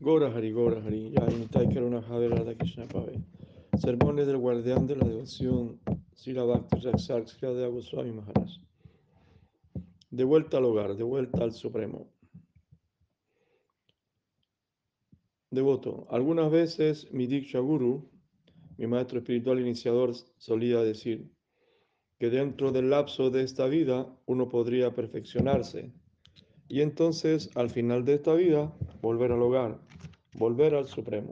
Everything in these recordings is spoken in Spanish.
Gora Hari, ya imitai Karuna Javela de Krishna Pave. Sermones del guardián de la devoción, Srila Bhakti Rakshak Srila Goswami Maharaj. De vuelta al hogar, de vuelta al Supremo. Devoto, algunas veces mi Diksha Guru, mi maestro espiritual iniciador, solía decir que dentro del lapso de esta vida uno podría perfeccionarse y entonces al final de esta vida volver al hogar, volver al Supremo.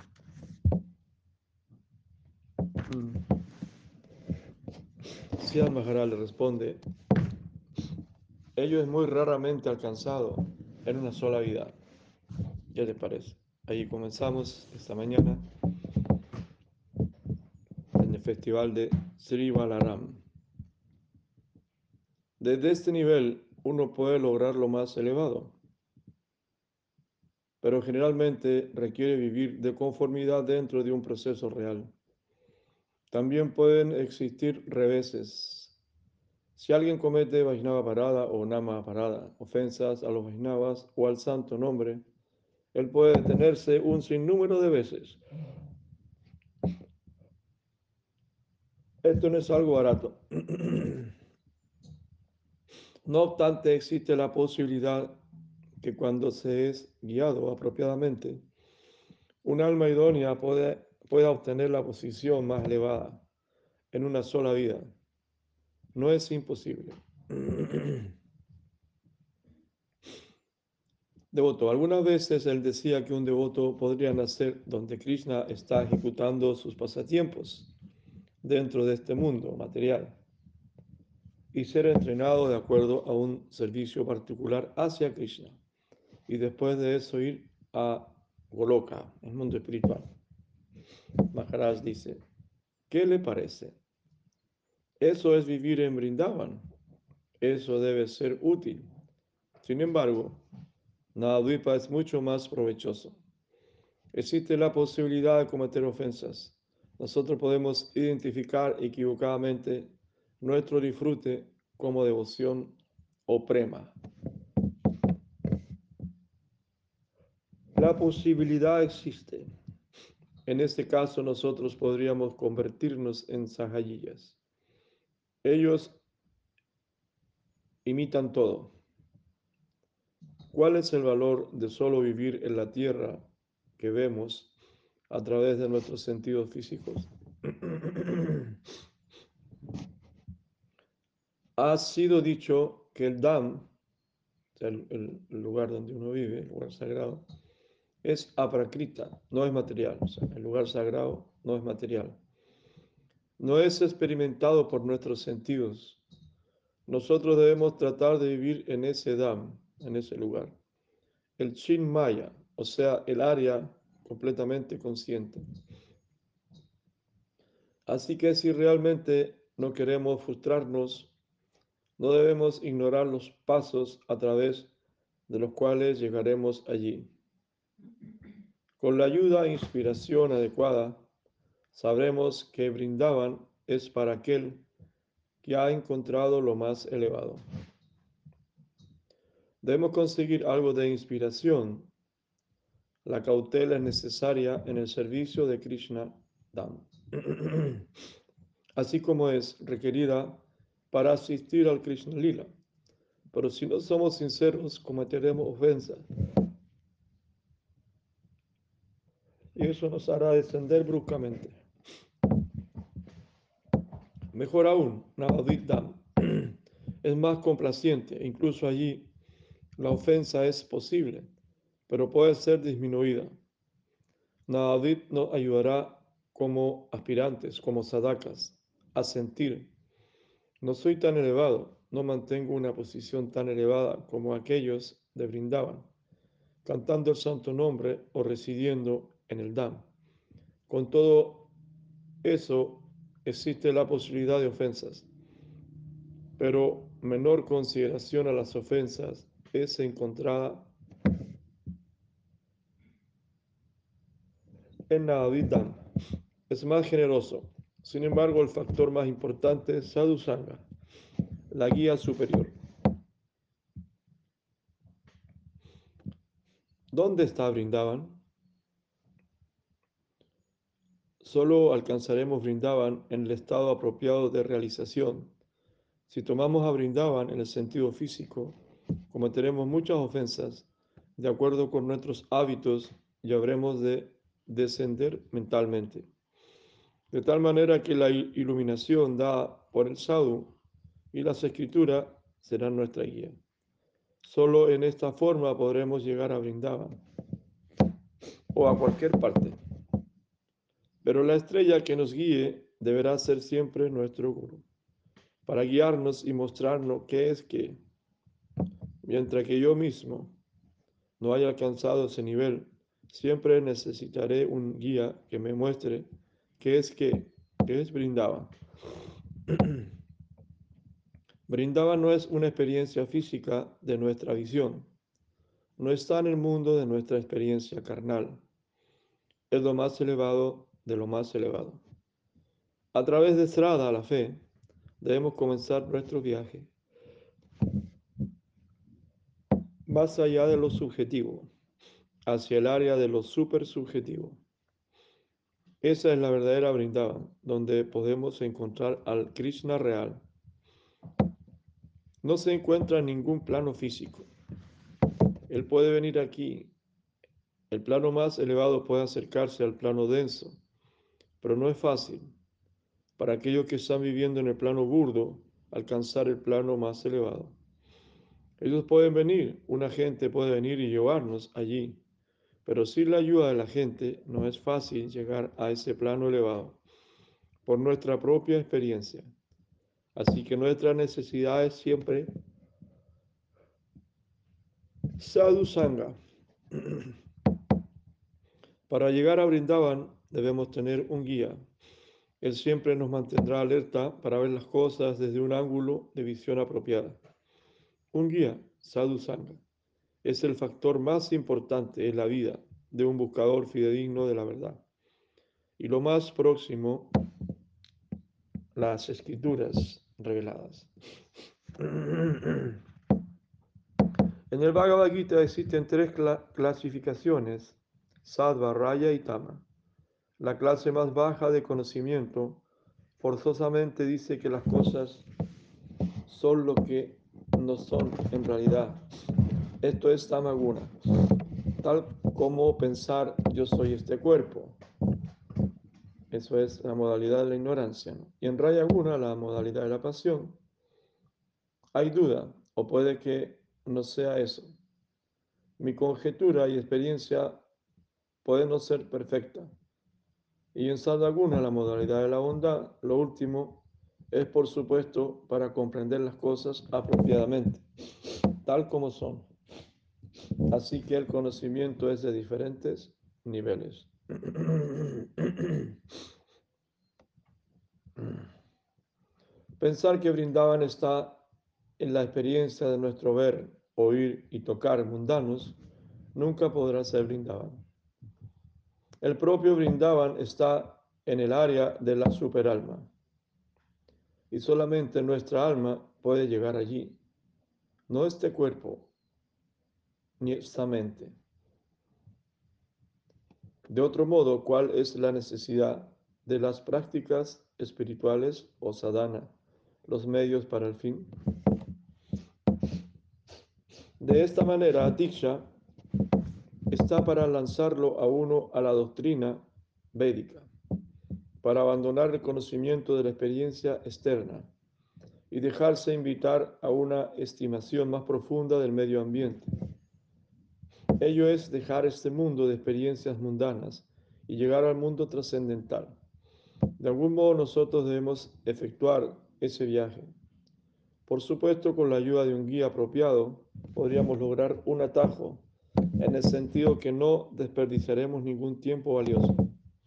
Siddhartha Maharaj le responde, ello es muy raramente alcanzado en una sola vida. ¿Qué les parece? Ahí comenzamos esta mañana en el festival de Sri Balaram. Desde este nivel uno puede lograr lo más elevado, pero generalmente requiere vivir de conformidad dentro de un proceso real. También pueden existir reveses. Si alguien comete Vaishnava Parada o Nama Parada, ofensas a los Vaishnavas o al santo nombre, él puede detenerse un sinnúmero de veces. Esto no es algo barato. No obstante, existe la posibilidad que cuando se es guiado apropiadamente, un alma idónea pueda obtener la posición más elevada en una sola vida. No es imposible. Devoto. Algunas veces él decía que un devoto podría nacer donde Krishna está ejecutando sus pasatiempos dentro de este mundo material y ser entrenado de acuerdo a un servicio particular hacia Krishna y después de eso ir a Goloka, el mundo espiritual. Maharaj dice, ¿qué le parece? Eso es vivir en Vrindavan. Eso debe ser útil. Sin embargo, Navadvipa es mucho más provechoso. Existe la posibilidad de cometer ofensas. Nosotros podemos identificar equivocadamente nuestro disfrute como devoción o prema. La posibilidad existe. En este caso, nosotros podríamos convertirnos en sahayiyas. Ellos imitan todo. ¿Cuál es el valor de solo vivir en la tierra que vemos a través de nuestros sentidos físicos? Ha sido dicho que el Dham, o sea, el lugar donde uno vive, el lugar sagrado, es aprakrita, no es material. O sea, el lugar sagrado no es material. No es experimentado por nuestros sentidos. Nosotros debemos tratar de vivir en ese Dham, en ese lugar. El Chinmaya, o sea, el área completamente consciente. Así que si realmente no queremos frustrarnos, no debemos ignorar los pasos a través de los cuales llegaremos allí. Con la ayuda e inspiración adecuada, sabremos que Vrindavan es para aquel que ha encontrado lo más elevado. Debemos conseguir algo de inspiración. La cautela es necesaria en el servicio de Krishna Dham, así como es requerida para asistir al Krishna Lila. Pero si no somos sinceros, cometeremos ofensas y eso nos hará descender bruscamente. Mejor aún, Navadvip Dham es más complaciente, incluso allí la ofensa es posible, pero puede ser disminuida. Navadvip nos ayudará como aspirantes, como sadakas, a sentir. No soy tan elevado, no mantengo una posición tan elevada como aquellos de Vrindavan, cantando el santo nombre o residiendo en el Dham. Con todo eso, existe la posibilidad de ofensas, pero menor consideración a las ofensas es encontrada en Navadvip Dham. Es más generoso. Sin embargo, el factor más importante es Sadhu Sangha, la guía superior. ¿Dónde está Vrindavan? Solo alcanzaremos Vrindavan en el estado apropiado de realización. Si tomamos a Vrindavan en el sentido físico, cometeremos muchas ofensas de acuerdo con nuestros hábitos y habremos de descender mentalmente. De tal manera que la iluminación dada por el sadhu y las escrituras serán nuestra guía. Solo en esta forma podremos llegar a Vrindavan o a cualquier parte. Pero la estrella que nos guíe deberá ser siempre nuestro gurú, para guiarnos y mostrarnos qué es qué. Mientras que yo mismo no haya alcanzado ese nivel, siempre necesitaré un guía que me muestre qué es qué, qué es Vrindavan. Vrindavan no es una experiencia física de nuestra visión, no está en el mundo de nuestra experiencia carnal, es lo más elevado de lo más elevado. A través de Sraddha, la fe, debemos comenzar nuestro viaje más allá de lo subjetivo, hacia el área de lo supersubjetivo. Esa es la verdadera Vrindavan, donde podemos encontrar al Krishna real. No se encuentra en ningún plano físico. Él puede venir aquí. El plano más elevado puede acercarse al plano denso, pero no es fácil para aquellos que están viviendo en el plano burdo alcanzar el plano más elevado. Ellos pueden venir, una gente puede venir y llevarnos allí, pero sin la ayuda de la gente no es fácil llegar a ese plano elevado por nuestra propia experiencia. Así que nuestra necesidad es siempre sadhu sangha. Para llegar a Vrindavan debemos tener un guía. Él siempre nos mantendrá alerta para ver las cosas desde un ángulo de visión apropiada. Un guía, sadhu sangha, es el factor más importante en la vida de un buscador fidedigno de la verdad. Y lo más próximo, las escrituras reveladas. En el Bhagavad Gita existen tres clasificaciones, Sattva, Raya y Tama. La clase más baja de conocimiento forzosamente dice que las cosas son lo que no son en realidad. Esto es Tamaguna, tal como pensar yo soy este cuerpo. Eso es la modalidad de la ignorancia, ¿no? Y en Raya Guna, la modalidad de la pasión, hay duda, o puede que no sea eso. Mi conjetura y experiencia puede no ser perfecta. Y en Sadhaguna, la modalidad de la bondad, lo último es, por supuesto, para comprender las cosas apropiadamente, tal como son. Así que el conocimiento es de diferentes niveles. Pensar que Vrindavan está en la experiencia de nuestro ver, oír y tocar mundanos, nunca podrá ser Vrindavan. El propio Vrindavan está en el área de la superalma y solamente nuestra alma puede llegar allí, no este cuerpo ni esta mente. De otro modo, ¿cuál es la necesidad de las prácticas espirituales o sadhana, los medios para el fin? De esta manera, Diksha está para lanzarlo a uno a la doctrina védica, para abandonar el conocimiento de la experiencia externa y dejarse invitar a una estimación más profunda del medio ambiente. Ello es dejar este mundo de experiencias mundanas y llegar al mundo trascendental. De algún modo nosotros debemos efectuar ese viaje. Por supuesto, con la ayuda de un guía apropiado, podríamos lograr un atajo, en el sentido que no desperdiciaremos ningún tiempo valioso.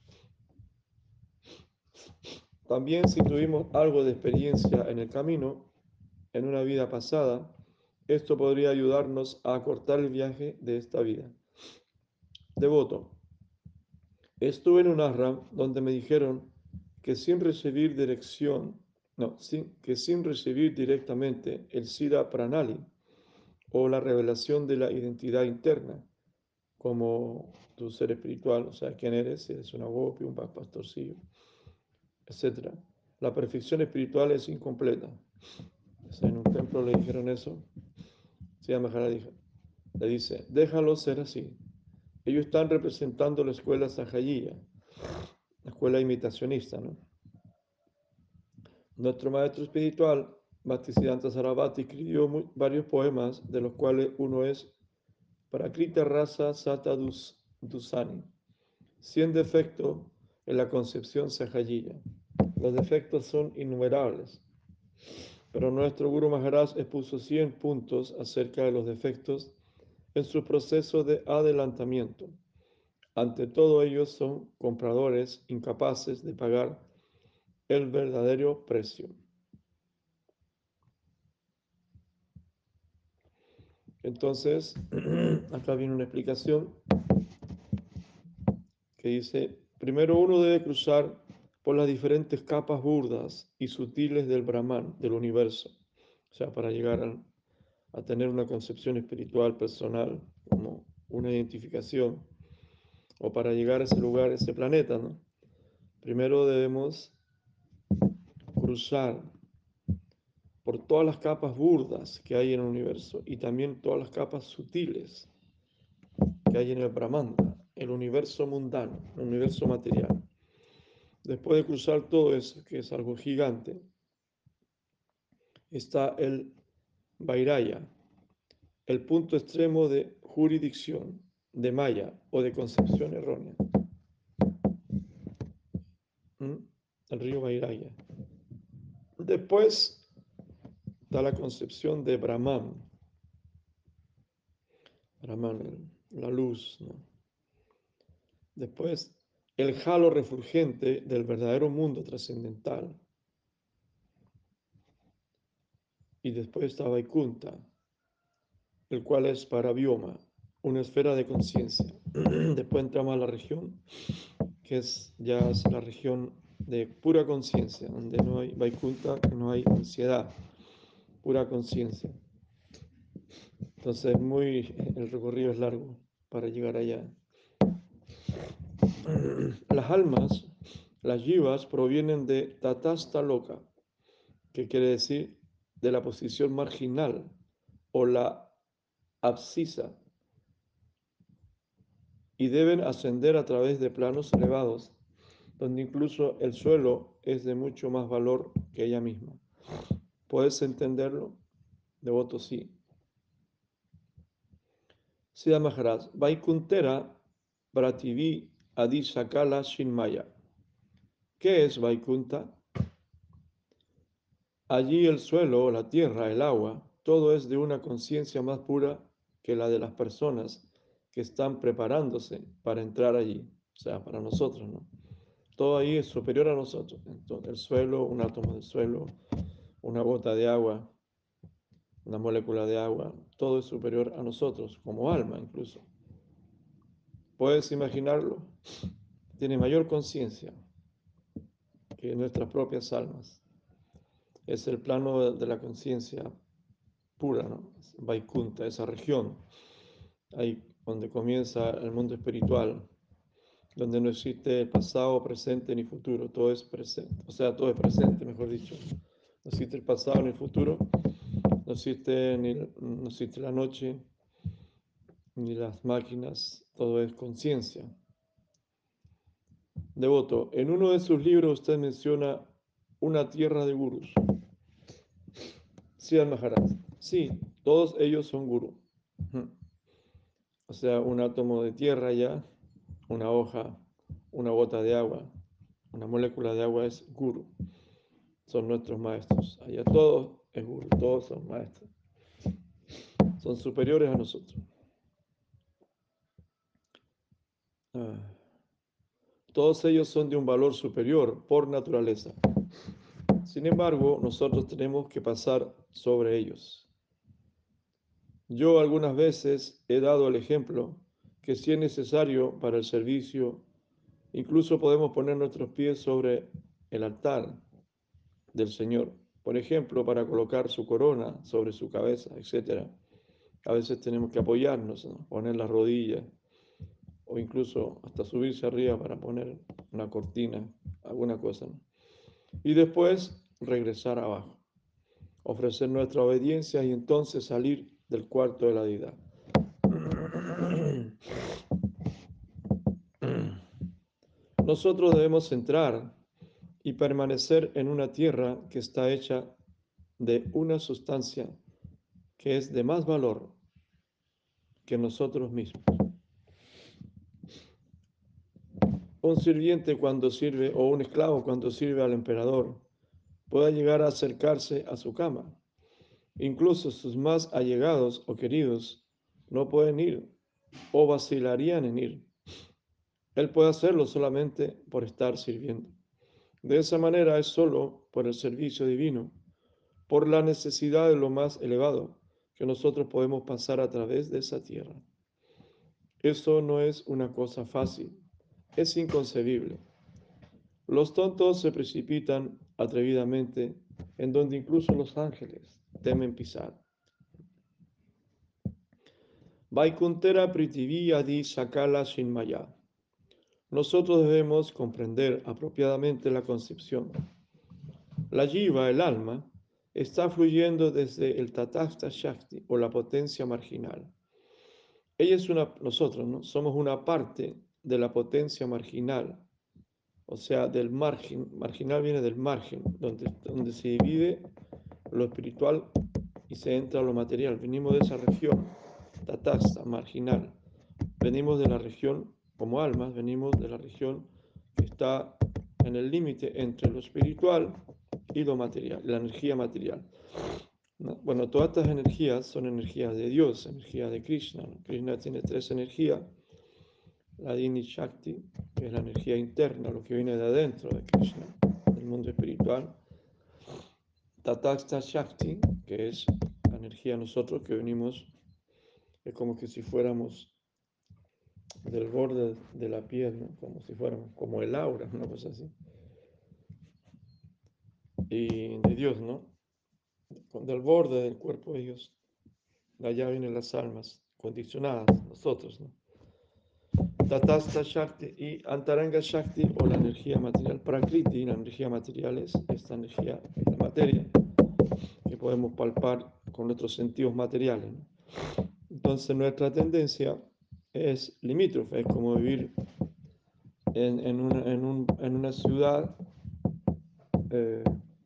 También si tuvimos algo de experiencia en el camino, en una vida pasada, esto podría ayudarnos a acortar el viaje de esta vida. Devoto, estuve en un ashram donde me dijeron que sin recibir que sin recibir directamente el Siddha Pranali o la revelación de la identidad interna, como tu ser espiritual, o sea, quién eres, si eres una gopi, un pastorcillo, etcétera. La perfección espiritual es incompleta. O sea, en un templo le dijeron eso. Siddhar Maharaj le dice, déjalo ser así. Ellos están representando la escuela Sahajiya, la escuela imitacionista, ¿no? Nuestro maestro espiritual, Bhaktisiddhanta Sarasvati, escribió varios poemas, de los cuales uno es Prakrita Rasa Sata Dusani, 100 defectos en la concepción Sahajiya. Los defectos son innumerables, pero nuestro Guru Maharaj expuso 100 puntos acerca de los defectos en su proceso de adelantamiento. Ante todo, ellos son compradores incapaces de pagar el verdadero precio. Entonces, acá viene una explicación que dice, primero uno debe cruzar por las diferentes capas burdas y sutiles del Brahman, del universo, o sea, para llegar a tener una concepción espiritual personal, como una identificación, o para llegar a ese lugar, ese planeta, ¿no? Primero debemos cruzar por todas las capas burdas que hay en el universo y también todas las capas sutiles que hay en el Brahmanda, el universo mundano, el universo material. Después de cruzar todo eso, que es algo gigante, está el Vairaya, el punto extremo de jurisdicción, de Maya o de concepción errónea. ¿Mm? El río Vairaya. Después está la concepción de Brahman, Brahman, la luz, ¿no? Después el halo refulgente del verdadero mundo trascendental. Y después está Vaikunta, el cual es para bioma, una esfera de conciencia. Después entramos a la región, que es ya es la región de pura conciencia, donde no hay Vaikunta, que no hay ansiedad, pura conciencia. Entonces el recorrido es largo para llegar allá. Las almas, las yivas, provienen de Tatasta Loka, que quiere decir de la posición marginal o la abscisa, y deben ascender a través de planos elevados, donde incluso el suelo es de mucho más valor que ella misma. ¿Puedes entenderlo? Devoto, sí. Siddha Maharaj, Vaikuntera Prativi Adi Sakala Shinmaya. ¿Qué es Vaikunta? Allí el suelo, la tierra, el agua, todo es de una conciencia más pura que la de las personas que están preparándose para entrar allí, o sea, para nosotros, ¿no? Todo ahí es superior a nosotros. Entonces, el suelo, un átomo del suelo, una gota de agua, una molécula de agua, todo es superior a nosotros, como alma incluso. ¿Puedes imaginarlo? Tiene mayor conciencia que nuestras propias almas. Es el plano de la conciencia pura, ¿no? Vaikunta, esa región, ahí donde comienza el mundo espiritual, donde no existe pasado, presente ni futuro, todo es presente, o sea, todo es presente, mejor dicho. No existe el pasado ni el futuro, no existe la noche, ni las máquinas, todo es conciencia. Devoto, en uno de sus libros usted menciona una tierra de gurús. Sí, Maharaj. Sí, todos ellos son gurú. O sea, un átomo de tierra ya, una hoja, una gota de agua, una molécula de agua es gurú. Son nuestros maestros. Allá todos es gurú, todos son maestros. Son superiores a nosotros. Ah. Todos ellos son de un valor superior por naturaleza. Sin embargo, nosotros tenemos que pasar sobre ellos. Yo algunas veces he dado el ejemplo que si es necesario para el servicio, incluso podemos poner nuestros pies sobre el altar del Señor. Por ejemplo, para colocar su corona sobre su cabeza, etc. A veces tenemos que apoyarnos, ¿no? Poner las rodillas o incluso hasta subirse arriba para poner una cortina, alguna cosa, ¿no? Y después regresar abajo, ofrecer nuestra obediencia y entonces salir del cuarto de la deidad. Nosotros debemos entrar y permanecer en una tierra que está hecha de una sustancia que es de más valor que nosotros mismos. Un sirviente cuando sirve o un esclavo cuando sirve al emperador puede llegar a acercarse a su cama. Incluso sus más allegados o queridos no pueden ir o vacilarían en ir. Él puede hacerlo solamente por estar sirviendo. De esa manera es solo por el servicio divino, por la necesidad de lo más elevado, que nosotros podemos pasar a través de esa tierra. Eso no es una cosa fácil, es inconcebible. Los tontos se precipitan atrevidamente en donde incluso los ángeles temen pisar. Vaikuntera Prithvi Adi Sakala Shinmaya. Nosotros debemos comprender apropiadamente la concepción. La jiva, el alma, está fluyendo desde el Tatastha Shakti o la potencia marginal. Ella es nosotros, ¿no? Somos una parte de la potencia marginal, o sea, del margen. Marginal viene del margen, donde se divide lo espiritual y se entra a lo material. Venimos de esa región, Tatastha, marginal. Venimos de la región, como almas, venimos de la región que está en el límite entre lo espiritual y lo material, la energía material, ¿no? Bueno, todas estas energías son energías de Dios, energías de Krishna, ¿no? Krishna tiene tres energías: la Dini Shakti, que es la energía interna, lo que viene de adentro de Krishna, del mundo espiritual; Tatastha Shakti, que es la energía de nosotros que venimos, es como que si fuéramos del borde de la piel, ¿no? Como si fuéramos, como el aura, una cosa así. Y de Dios, ¿no? Del borde del cuerpo de Dios. De allá vienen las almas condicionadas, nosotros, ¿no? Tatastha Shakti y Antaranga Shakti, o la energía material. Prakriti, la energía material, es esta energía, es la materia, que podemos palpar con nuestros sentidos materiales, ¿no? Entonces nuestra tendencia es limítrofe, es como vivir en una ciudad eh,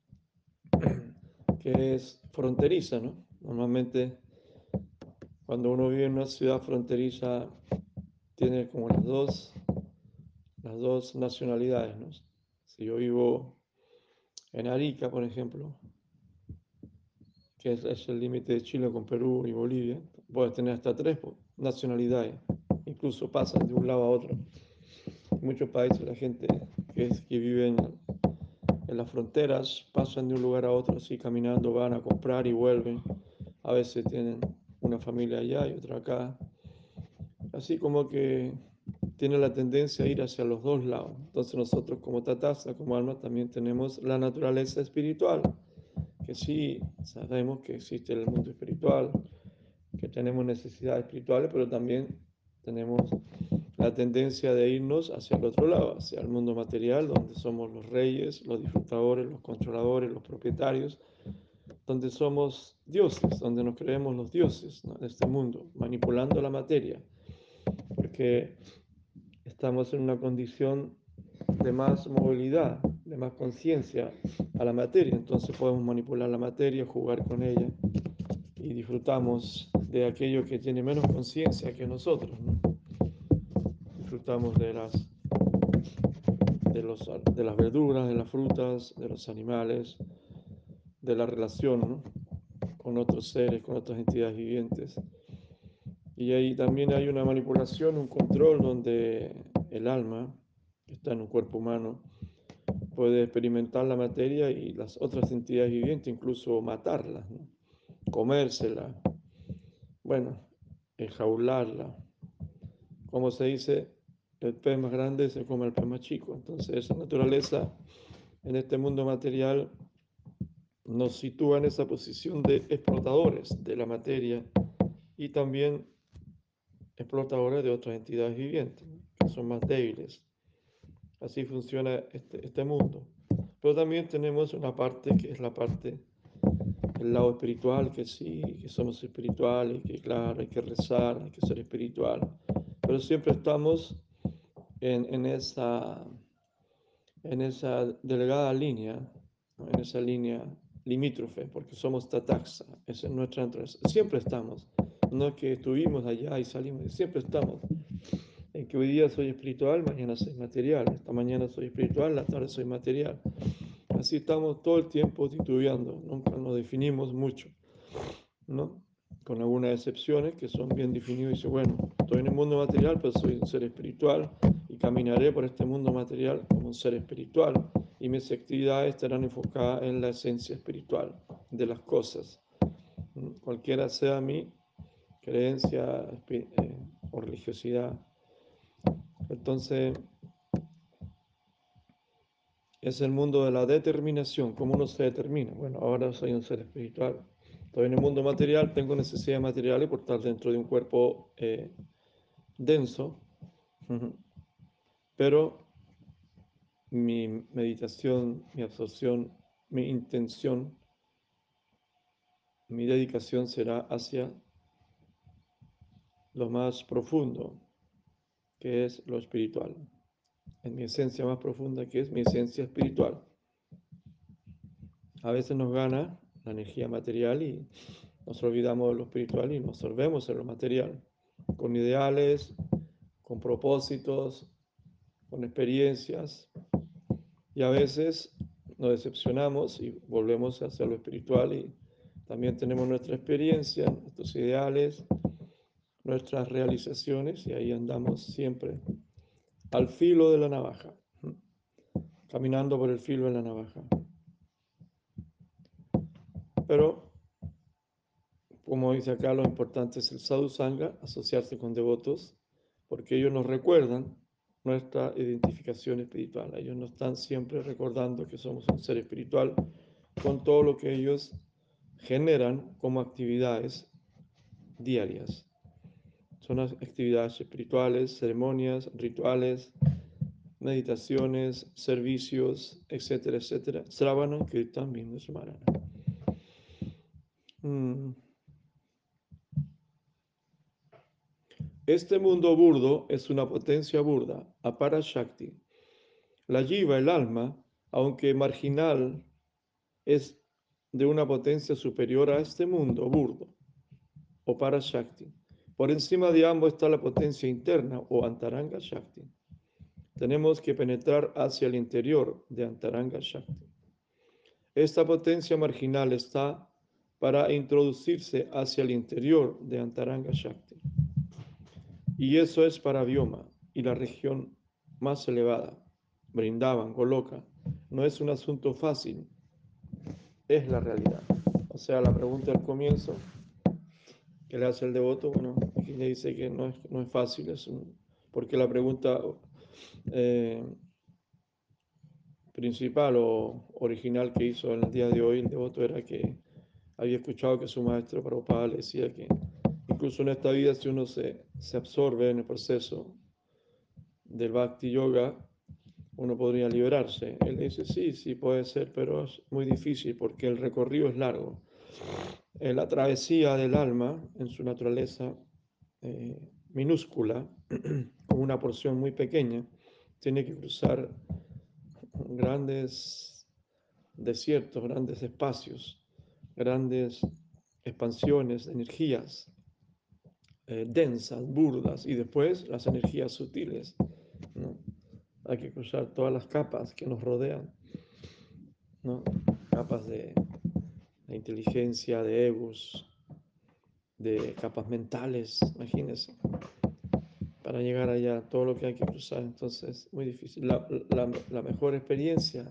que es fronteriza, ¿no? Normalmente cuando uno vive en una ciudad fronteriza tiene como las dos nacionalidades, ¿no? Si yo vivo en Arica, por ejemplo, que es el límite de Chile con Perú y Bolivia, puedes tener hasta tres nacionalidades, incluso pasan de un lado a otro. En muchos países la gente que vive en las fronteras pasan de un lugar a otro así caminando, van a comprar y vuelven. A veces tienen una familia allá y otra acá. Así como que tiene la tendencia a ir hacia los dos lados. Entonces nosotros como tatasta, como alma, también tenemos la naturaleza espiritual, que sí sabemos que existe el mundo espiritual, que tenemos necesidades espirituales, pero también tenemos la tendencia de irnos hacia el otro lado, hacia el mundo material, donde somos los reyes, los disfrutadores, los controladores, los propietarios, donde somos dioses, donde nos creemos los dioses, ¿no? De este mundo, manipulando la materia, porque estamos en una condición de más movilidad, de más conciencia a la materia, entonces podemos manipular la materia, jugar con ella y disfrutamos de aquello que tiene menos conciencia que nosotros, ¿no? Disfrutamos de las verduras, de las frutas, de los animales, de la relación, ¿no? Con otros seres, con otras entidades vivientes. Y ahí también hay una manipulación, un control donde el alma, que está en un cuerpo humano, puede experimentar la materia y las otras entidades vivientes, incluso matarlas, ¿no? Comérsela, bueno, enjaularla. Como se dice, el pez más grande se come al pez más chico. Entonces esa naturaleza en este mundo material nos sitúa en esa posición de explotadores de la materia y también explotadores de otras entidades vivientes, ¿no? Que son más débiles. Así funciona este mundo. Pero también tenemos una parte que es la parte, el lado espiritual, que sí, que somos espirituales, que claro, hay que rezar, hay que ser espiritual. Pero siempre estamos en, en esa, en esa delgada línea, ¿no? En esa línea limítrofe, porque somos tataxa, esa es nuestra naturaleza. Siempre estamos, no es que estuvimos allá y salimos, siempre estamos. En que hoy día soy espiritual, mañana soy material, esta mañana soy espiritual, la tarde soy material. Así estamos todo el tiempo titubeando, nunca nos definimos mucho, ¿no? Con algunas excepciones que son bien definidas. Dice, bueno, estoy en el mundo material, pero soy un ser espiritual y caminaré por este mundo material como un ser espiritual y mis actividades estarán enfocadas en la esencia espiritual de las cosas. Cualquiera sea mi creencia o religiosidad. Entonces, es el mundo de la determinación, cómo uno se determina. Bueno, ahora soy un ser espiritual. Estoy en el mundo material, tengo necesidades materiales por estar dentro de un cuerpo denso, pero mi meditación, mi absorción, mi intención, mi dedicación será hacia lo más profundo, que es lo espiritual, en mi esencia más profunda, que es mi esencia espiritual. A veces nos gana la energía material y nos olvidamos de lo espiritual y nos absorbemos en lo material, con ideales, con propósitos, con experiencias, y a veces nos decepcionamos y volvemos hacia lo espiritual y también tenemos nuestra experiencia, nuestros ideales, nuestras realizaciones y ahí andamos siempre al filo de la navaja, caminando por el filo de la navaja. Pero, como dice acá, lo importante es el sadhu sangha, asociarse con devotos, porque ellos nos recuerdan nuestra identificación espiritual. Ellos nos están siempre recordando que somos un ser espiritual con todo lo que ellos generan como actividades diarias. Son actividades espirituales, ceremonias, rituales, meditaciones, servicios, etcétera, etcétera. Sravana, Kirtan, Vimna, Smarana. Este mundo burdo es una potencia burda, apara Shakti. La jiva, el alma, aunque marginal, es de una potencia superior a este mundo burdo, o para Shakti. Por encima de ambos está la potencia interna, o Antaranga Shakti. Tenemos que penetrar hacia el interior de Antaranga Shakti. Esta potencia marginal está para introducirse hacia el interior de Antaranga Shakti. Y eso es para Vyoma y la región más elevada, Brindavan, Goloka. No es un asunto fácil, es la realidad. O sea, la pregunta al comienzo que le hace el devoto, bueno, aquí le dice que no es fácil, porque la pregunta eh, principal o original que hizo en el día de hoy el devoto era que había escuchado que su maestro Prabhupada le decía que incluso en esta vida si uno se absorbe en el proceso del Bhakti Yoga, uno podría liberarse. Él dice, sí, sí puede ser, pero es muy difícil porque el recorrido es largo. La travesía del alma en su naturaleza eh, minúscula, con una porción muy pequeña, tiene que cruzar grandes desiertos, grandes espacios, grandes expansiones, energías densas, burdas, y después las energías sutiles, ¿no? Hay que cruzar todas las capas que nos rodean, ¿no? Capas de inteligencia, de egos, de capas mentales, imagínense, para llegar allá, todo lo que hay que cruzar, entonces, muy difícil. La mejor experiencia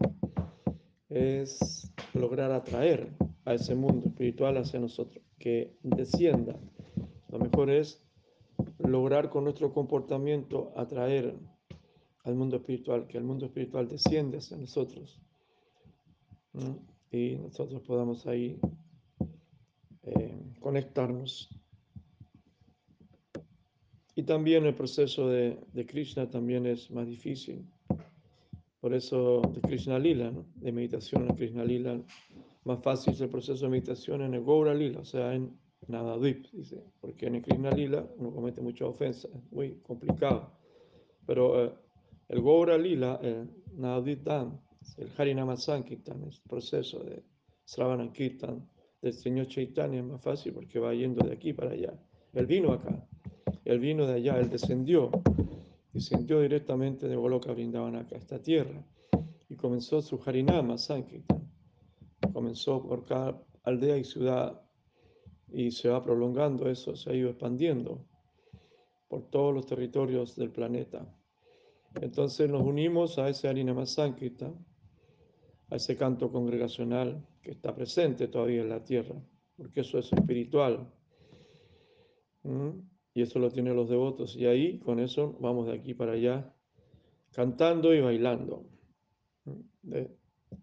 es lograr atraer a ese mundo espiritual hacia nosotros, que descienda. Lo mejor es lograr con nuestro comportamiento atraer al mundo espiritual, que el mundo espiritual desciende hacia nosotros, ¿no? Y nosotros podamos ahí conectarnos Y también el proceso de Krishna también es más difícil. Por eso de Krishna Lila, ¿no? De meditación en Krishna Lila, más fácil es el proceso de meditación en el Gaura Lila, o sea, en Navadvip, dice, porque en el Krishna Lila uno comete muchas ofensas, es muy complicado. Pero el Gaura Lila, el Navadvip Dham, el Harinama Sankirtan, el proceso de Sravana Kirtan del Señor Chaitanya es más fácil porque va yendo de aquí para allá. Él vino acá, él vino de allá, él descendió directamente de Goloka Vrindavan acá a esta tierra y comenzó su Harinama Sankirtan. Comenzó por cada aldea y ciudad y se va prolongando eso, se ha ido expandiendo por todos los territorios del planeta. Entonces nos unimos a ese Harinama Sankirtan, a ese canto congregacional que está presente todavía en la tierra, porque eso es espiritual. ¿Mm? Y eso lo tienen los devotos. Y ahí, con eso, vamos de aquí para allá, cantando y bailando. De-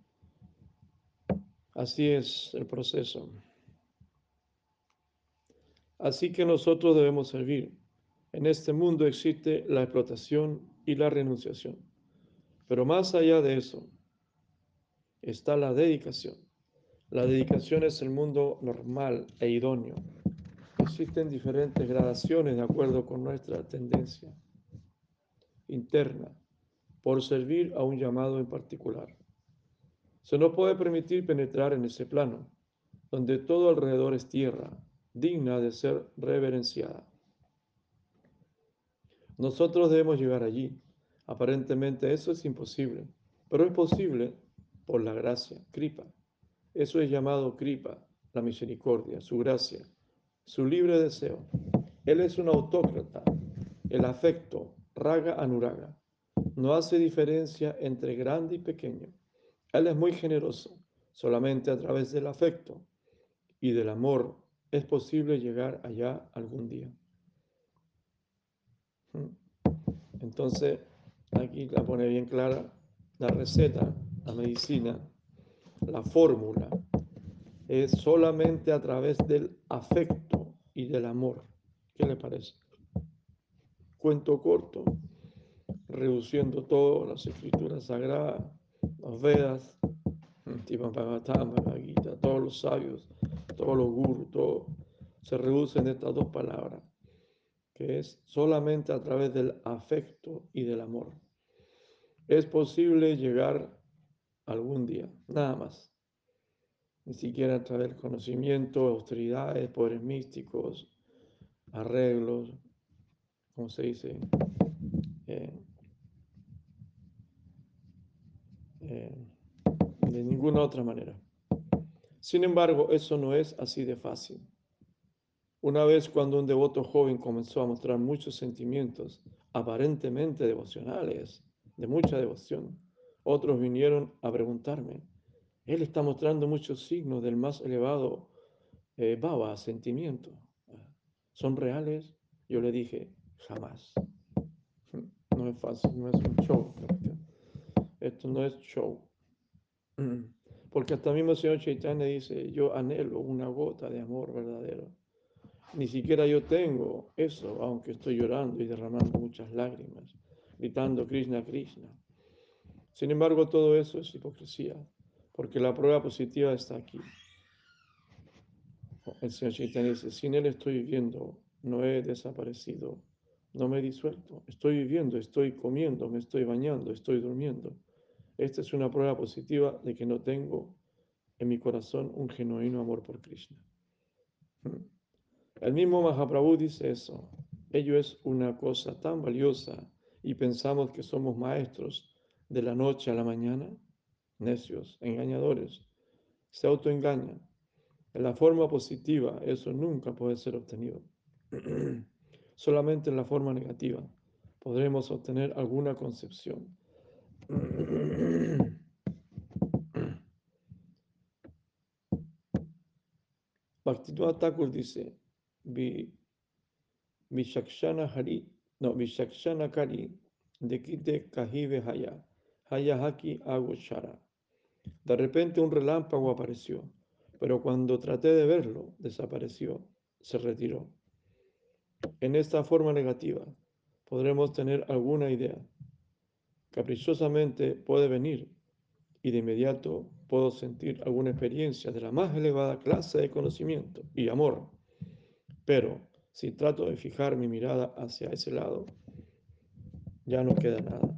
Así es el proceso. Así que nosotros debemos servir. En este mundo existe la explotación y la renunciación. Pero más allá de eso está la dedicación. La dedicación es el mundo normal e idóneo. Existen diferentes gradaciones de acuerdo con nuestra tendencia interna por servir a un llamado en particular. Se nos puede permitir penetrar en ese plano, donde todo alrededor es tierra, digna de ser reverenciada. Nosotros debemos llegar allí. Aparentemente eso es imposible, pero es posible por la gracia, kripa. Eso es llamado kripa, la misericordia, su gracia, su libre deseo. Él es un autócrata. El afecto, raga anuraga, no hace diferencia entre grande y pequeño. Él es muy generoso. Solamente a través del afecto y del amor es posible llegar allá algún día. ¿Mm? Entonces, aquí la pone bien clara la receta, la medicina, la fórmula. Es solamente a través del afecto y del amor. ¿Qué le parece? Cuento corto, reduciendo todas las escrituras sagradas, los Vedas, Bhagavatam, Bhagavad Gita, todos los sabios, todos los gurus, todo se reducen a estas dos palabras, que es solamente a través del afecto y del amor. Es posible llegar algún día, nada más. Ni siquiera a través del conocimiento, autoridades, poderes místicos, arreglos, como se dice, eh, eh, de ninguna otra manera. Sin embargo, eso no es así de fácil. Una vez cuando un devoto joven comenzó a mostrar muchos sentimientos aparentemente devocionales, de mucha devoción, otros vinieron a preguntarme, él está mostrando muchos signos del más elevado bhava, sentimiento. ¿Son reales? Yo le dije, jamás. No es fácil, no es un show. Esto no es show. Porque hasta mismo el señor Chaitanya dice, yo anhelo una gota de amor verdadero. Ni siquiera yo tengo eso, aunque estoy llorando y derramando muchas lágrimas, gritando Krishna, Krishna. Sin embargo, todo eso es hipocresía, porque la prueba positiva está aquí. El señor Chaitanya dice, sin él estoy viviendo, no he desaparecido, no me he disuelto, estoy viviendo, estoy comiendo, me estoy bañando, estoy durmiendo. Esta es una prueba positiva de que no tengo en mi corazón un genuino amor por Krishna. El mismo Mahaprabhu dice eso. Ello es una cosa tan valiosa y pensamos que somos maestros de la noche a la mañana. Necios, engañadores, se autoengañan. En la forma positiva eso nunca puede ser obtenido. Solamente en la forma negativa podremos obtener alguna concepción. Bhaktivinoda Thakur dice, Vishakshana Hari, no, Vishakshana Kari, de Kite Kajive Haya, Haya Haki Agushara. De repente un relámpago apareció, pero cuando traté de verlo, desapareció, se retiró. En esta forma negativa podremos tener alguna idea. Caprichosamente puede venir y de inmediato puedo sentir alguna experiencia de la más elevada clase de conocimiento y amor. Pero si trato de fijar mi mirada hacia ese lado, ya no queda nada.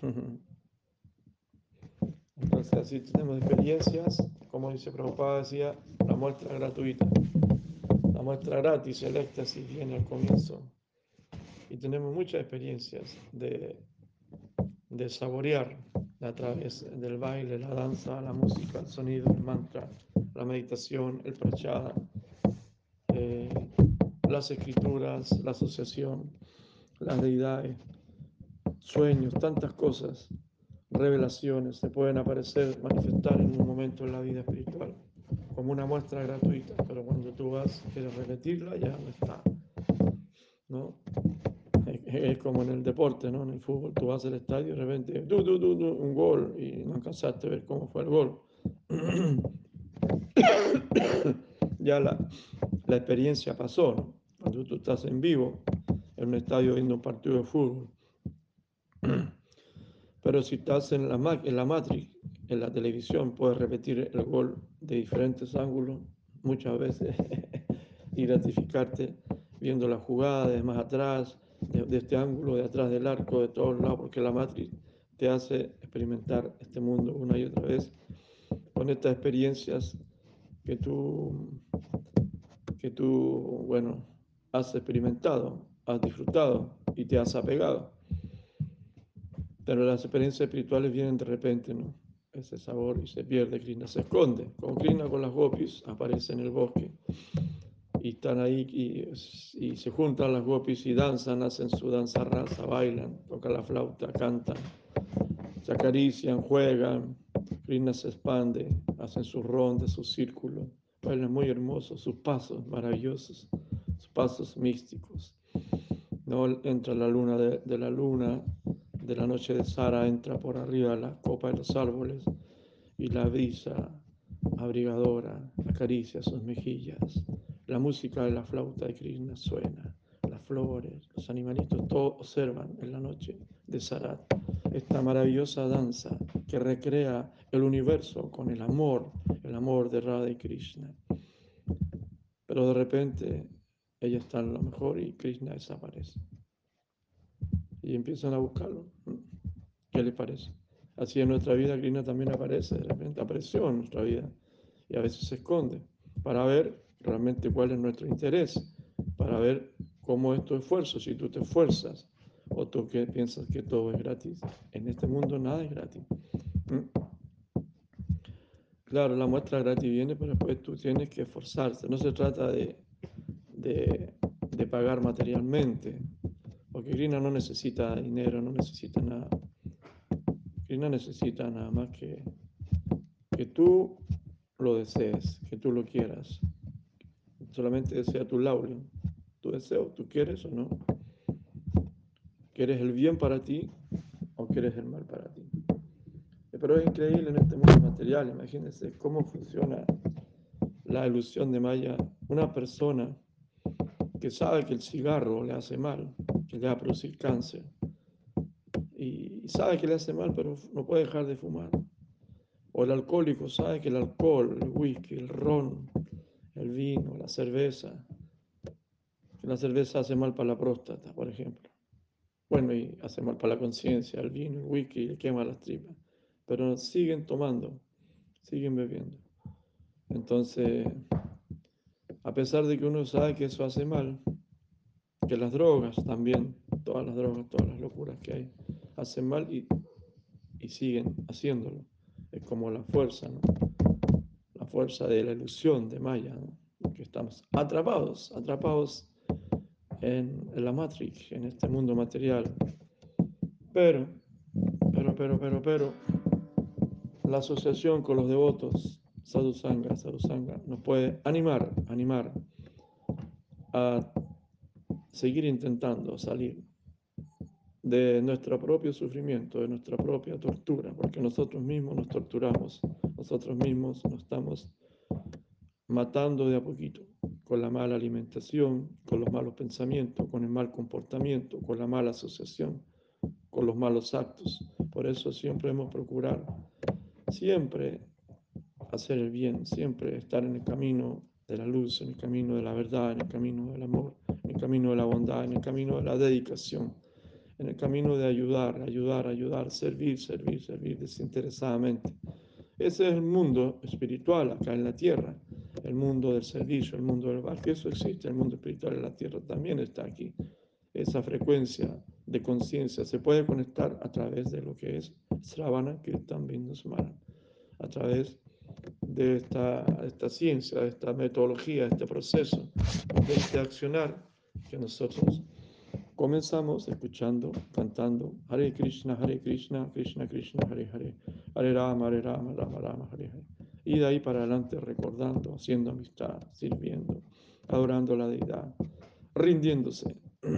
Entonces así tenemos experiencias, como dice Prabhupada, decía, la muestra gratuita, la muestra gratis, el éxtasis viene al comienzo. Y tenemos muchas experiencias de saborear a través del baile, la danza, la música, el sonido, el mantra, la meditación, el prachada, eh, las escrituras, la asociación, las deidades, sueños, tantas cosas, revelaciones se pueden aparecer, manifestar en un momento en la vida espiritual como una muestra gratuita, pero cuando tú vas, quieres repetirla, ya no está, ¿no? Es como en el deporte, ¿no? En el fútbol, tú vas al estadio y de repente, un gol, y no alcanzaste a ver cómo fue el gol. Ya la experiencia pasó, ¿no? Cuando tú estás en vivo, en un estadio viendo un partido de fútbol. Pero si estás en la Matrix, en la televisión, puedes repetir el gol de diferentes ángulos, muchas veces, y gratificarte viendo la jugada de más atrás, de este ángulo, de atrás del arco, de todos lados, porque la Matrix te hace experimentar este mundo una y otra vez con estas experiencias que bueno, has experimentado, has disfrutado y te has apegado. Pero las experiencias espirituales vienen de repente, ¿no? Ese sabor y se pierde, Krishna se esconde. Como Krishna con las gopis aparece en el bosque y están ahí y se juntan las gopis y danzan, hacen su danza rasa, bailan, tocan la flauta, cantan, se acarician, juegan. Krishna se expande, hacen sus rondas, sus círculos, bailan muy hermosos, sus pasos maravillosos, sus pasos místicos. ¿No? Entra la luna de la luna, de la noche de Sara, entra por arriba la copa de los árboles y la brisa abrigadora acaricia sus mejillas. La música de la flauta de Krishna suena. Las flores, los animalitos, todos observan en la noche de Sarat esta maravillosa danza que recrea el universo con el amor de Radha y Krishna. Pero de repente ella está en lo mejor y Krishna desaparece. Y empiezan a buscarlo. ¿Qué les parece? Así en nuestra vida Krishna también aparece, de repente apareció en nuestra vida y a veces se esconde para ver realmente cuál es nuestro interés, para ver cómo es tu esfuerzo, si tú te esfuerzas o tú que piensas que todo es gratis. En este mundo nada es gratis. Claro, la muestra gratis viene, pero después tú tienes que esforzarse. No se trata de, de pagar materialmente, porque Krishna no necesita dinero, no necesita nada. Krishna necesita nada más que tú lo desees, que tú lo quieras. Solamente desea tu laurio, tu deseo, tú quieres o no. ¿Quieres el bien para ti o quieres el mal para ti? Pero es increíble en este mundo material, imagínense cómo funciona la ilusión de Maya. Una persona que sabe que el cigarro le hace mal, que le va a producir cáncer, y sabe que le hace mal, pero no puede dejar de fumar. O el alcohólico sabe que el alcohol, el whisky, el ron, el vino, la cerveza, que la cerveza hace mal para la próstata, por ejemplo. Bueno, y hace mal para la conciencia, el vino, el whisky, le quema las tripas. Pero siguen tomando, siguen bebiendo. Entonces, a pesar de que uno sabe que eso hace mal, que las drogas también, todas las drogas, todas las locuras que hay, hacen mal y siguen haciéndolo. Es como la fuerza, ¿no? La fuerza de la ilusión de Maya, ¿no? Que estamos atrapados en la Matrix, en este mundo material. Pero, pero, la asociación con los devotos, sadhusanga, nos puede animar a seguir intentando salir de nuestro propio sufrimiento, de nuestra propia tortura, porque nosotros mismos nos torturamos, nosotros mismos nos estamos matando de a poquito con la mala alimentación, con los malos pensamientos, con el mal comportamiento, con la mala asociación, con los malos actos. Por eso siempre hemos procurado, siempre hacer el bien, siempre estar en el camino de la luz, en el camino de la verdad, en el camino del amor, en el camino de la bondad, en el camino de la dedicación, en el camino de ayudar, ayudar, ayudar, servir, servir, servir desinteresadamente. Ese es el mundo espiritual acá en la tierra, el mundo del servicio, el mundo del barco. Eso existe, el mundo espiritual en la tierra también está aquí. Esa frecuencia de conciencia se puede conectar a través de lo que es Sravana Kirtan Bindu Smaran, a través de esta ciencia, de esta metodología, de este proceso de interaccionar que nosotros comenzamos escuchando, cantando Hare Krishna, Krishna Krishna, Hare Hare, Hare Rama, Rama Rama, Hare Hare. Y de ahí para adelante recordando, haciendo amistad, sirviendo, adorando a la deidad, rindiéndose.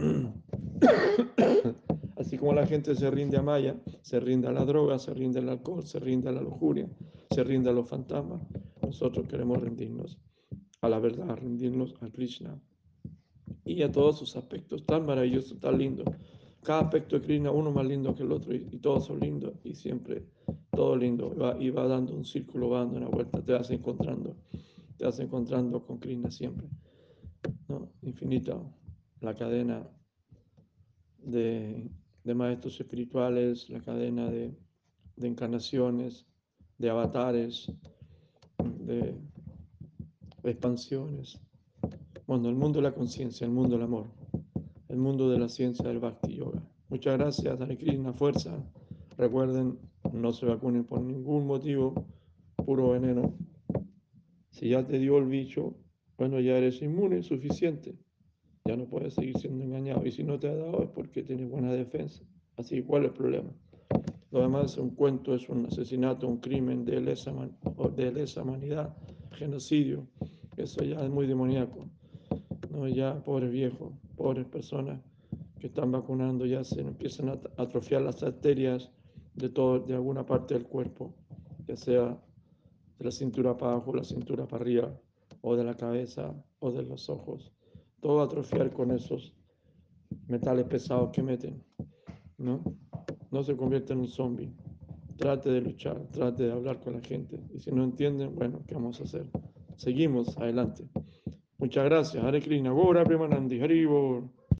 Así como la gente se rinde a Maya, se rinde a la droga, se rinde al alcohol, se rinde a la lujuria, se rinde a los fantasmas, nosotros queremos rendirnos a la verdad, rendirnos a Krishna y a todos sus aspectos tan maravillosos, tan lindos. Cada aspecto de Krishna, uno más lindo que el otro, y todos son lindos, y siempre todo lindo. Y va dando un círculo, va dando una vuelta, te vas encontrando con Krishna siempre, ¿no? Infinita la cadena de, de maestros espirituales, la cadena de encarnaciones, de avatares, de expansiones. Bueno, el mundo de la conciencia, el mundo del amor, el mundo de la ciencia del Bhakti Yoga. Muchas gracias, Hare Krishna, fuerza. Recuerden, no se vacunen por ningún motivo, puro veneno. Si ya te dio el bicho, bueno, ya eres inmune, suficiente. Ya no puedes seguir siendo engañado. Y si no te ha dado es porque tienes buena defensa. Así que, ¿cuál es el problema? Lo demás es un cuento, es un asesinato, un crimen de lesa humanidad, genocidio. Eso ya es muy demoníaco. No, ya, pobres viejos, pobres personas que están vacunando, ya se empiezan a atrofiar las arterias de alguna parte del cuerpo, ya sea de la cintura para abajo, la cintura para arriba, o de la cabeza, o de los ojos. Todo atrofiar con esos metales pesados que meten, ¿no? No se convierte en un zombie. Trate de luchar, trate de hablar con la gente. Y si no entienden, bueno, ¿qué vamos a hacer? Seguimos adelante. Muchas gracias. Hare Krishna. Gora Premanandi. Haribol.